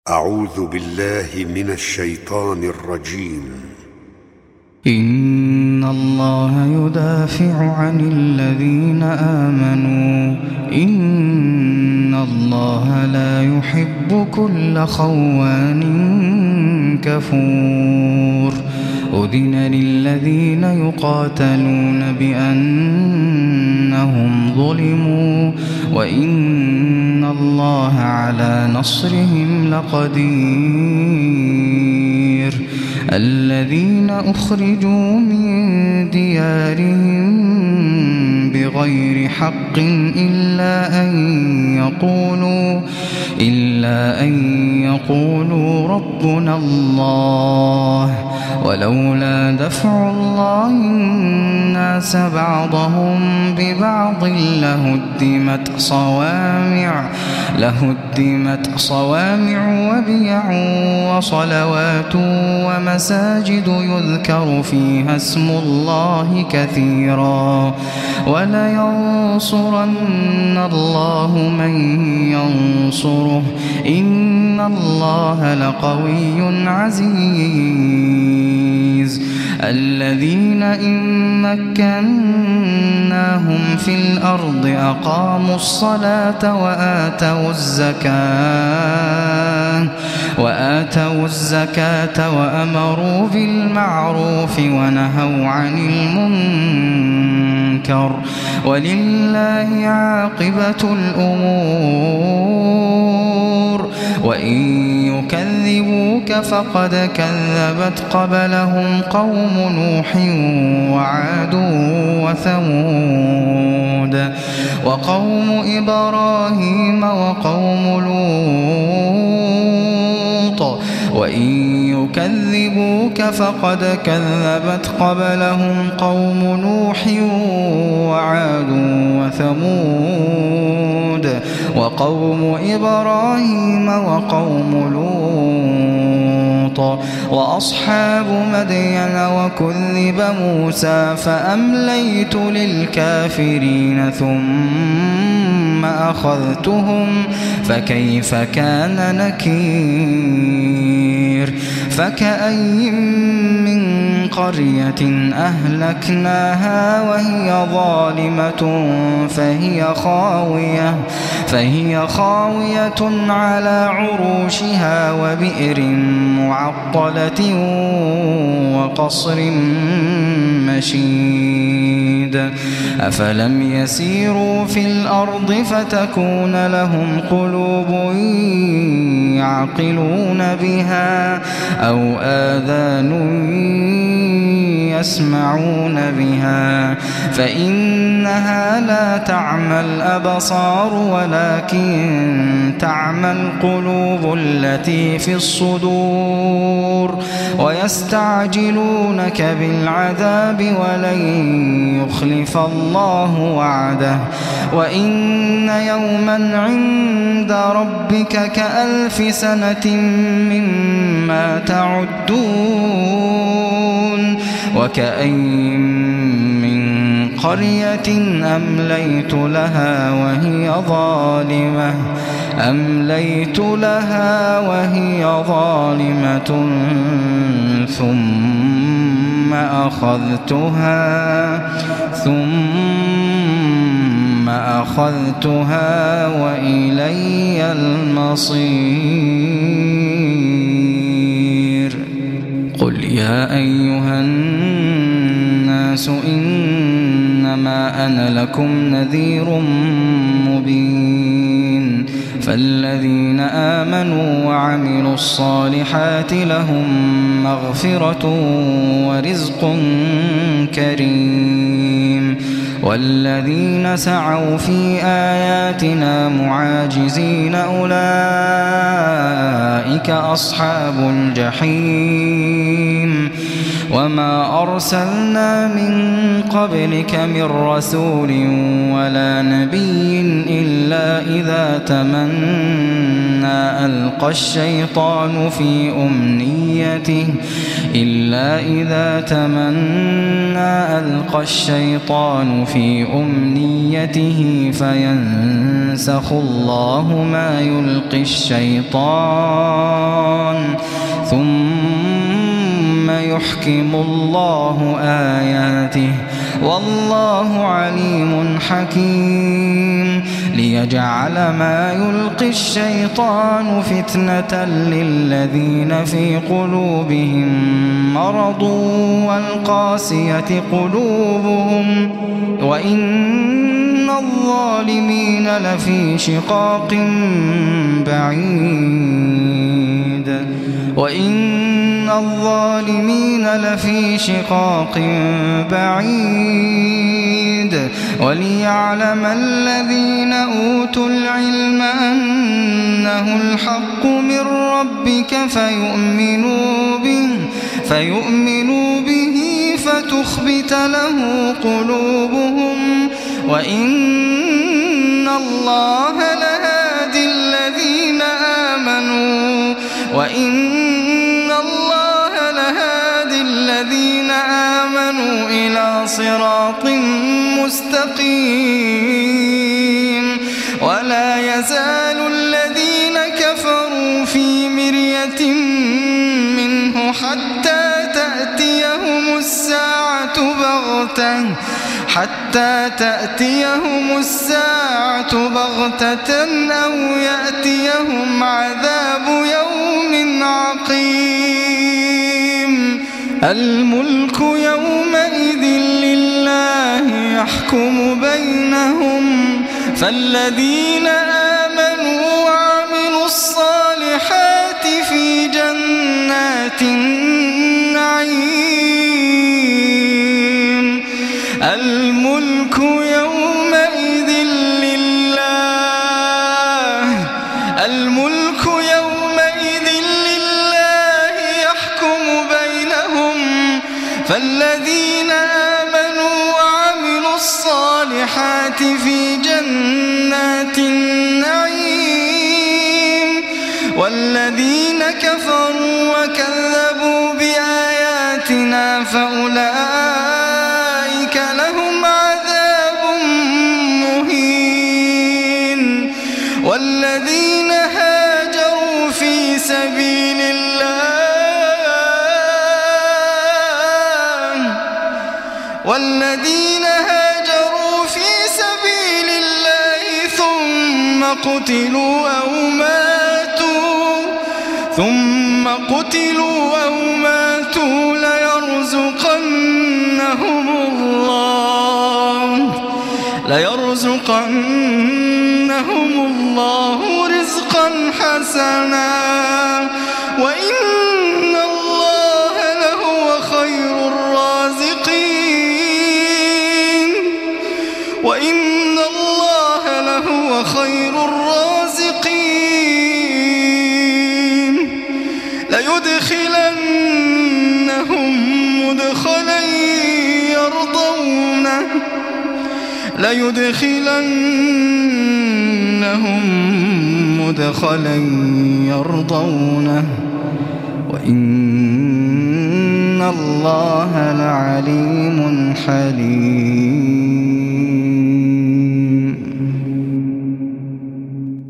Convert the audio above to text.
أعوذ بالله من الشيطان الرجيم. إن الله يدافع عن الذين آمنوا إن الله لا يحب كل خوان كفور. أذن للذين يقاتلون بأنهم ظلموا وإن الله على نصرهم لقدير. الذين أخرجوا من ديارهم بغير حق إلا أن يقولوا ربنا الله ولولا دفع الله الناس بعضهم ببعض لهدمت صوامع وبيع وصلوات ومساجد يذكر فيها اسم الله كثيرا ولينصرن الله من ينصره إن الله لقوي عزيز. الذين إن مكناهم في الأرض أقاموا الصلاة وآتوا الزكاة وأمروا بالمعروف ونهوا عن المنكر ولله عاقبة الأمور. وإن يكذبوك فقد كذبت قبلهم قوم نوح وعاد وثمود وقوم إبراهيم وقوم لوط. وإن يكذبوك فقد كذبت قبلهم قوم نوح وعاد وثمود وقوم إبراهيم وقوم لوط وأصحاب مدين وكذب موسى فأمليت للكافرين ثم أخذتهم فكيف كان نكير. فكأي من قرية أهلكناها وهي ظالمة فهي خاوية على عروشها وبئر معطلة وقصر مشيد. أفلم يسيروا في الأرض فتكون لهم قلوب يعقلون بها أو آذان يسمعون بها فإنها لا تعمى الأبصار ولكن تعمى القلوب التي في الصدور. ويستعجلونك بالعذاب ولن يخلف الله وعده وإن يوما عند ربك كألف سنة مما تعدون. وكأين من قرية أمليت لها وهي ظالمة ثم أخذتها وإلي المصير. قل يا أيها الناس إنما أنا لكم نذير مبين. فالذين آمنوا وعملوا الصالحات لهم مغفرة ورزق كريم. والذين سعوا في آياتنا معاجزين أولئك أصحاب الجحيم. وما أرسلنا من قبلك من رسول ولا نبي إلا إذا تمنى ألقى الشيطان في أمنيته فينسخ الله ما يلقي الشيطان يحكم الله آياته والله عليم حكيم ليجعل ما يلقي الشيطان فتنة للذين في قلوبهم مرض والقاسية قلوبهم وإن الظالمين لفي شقاق بعيد وإن الظالمين لفي شقاق بعيد وليعلم الذين أوتوا العلم أنه الحق من ربك فيؤمنوا به فتخبت له قلوبهم وإن الله لهادي الذين آمنوا إلى صراط مستقيم ولا يزال الذين كفروا في مرية منه حتى تأتيهم الساعة بغتة أو يأتيهم عذاب يوم عقيم الملك يومئذ لله يحكم بينهم فالذين آمنوا وعملوا الصالحات في جنات النعيم الملك يومئذ لله يحكم بينهم فالذين آمنوا وعملوا الصالحات في جنات النعيم والذين كفروا وكذبوا بآياتنا فأولئك لهم عذاب مهين والذين هاجروا في سبيل الله ثم قتلوا أو ماتوا ليرزقنهم الله رزقا حسنا وإن الله لهو خير الرازقين ليدخلنهم مدخلا يرضونه وإن الله لعليم حليم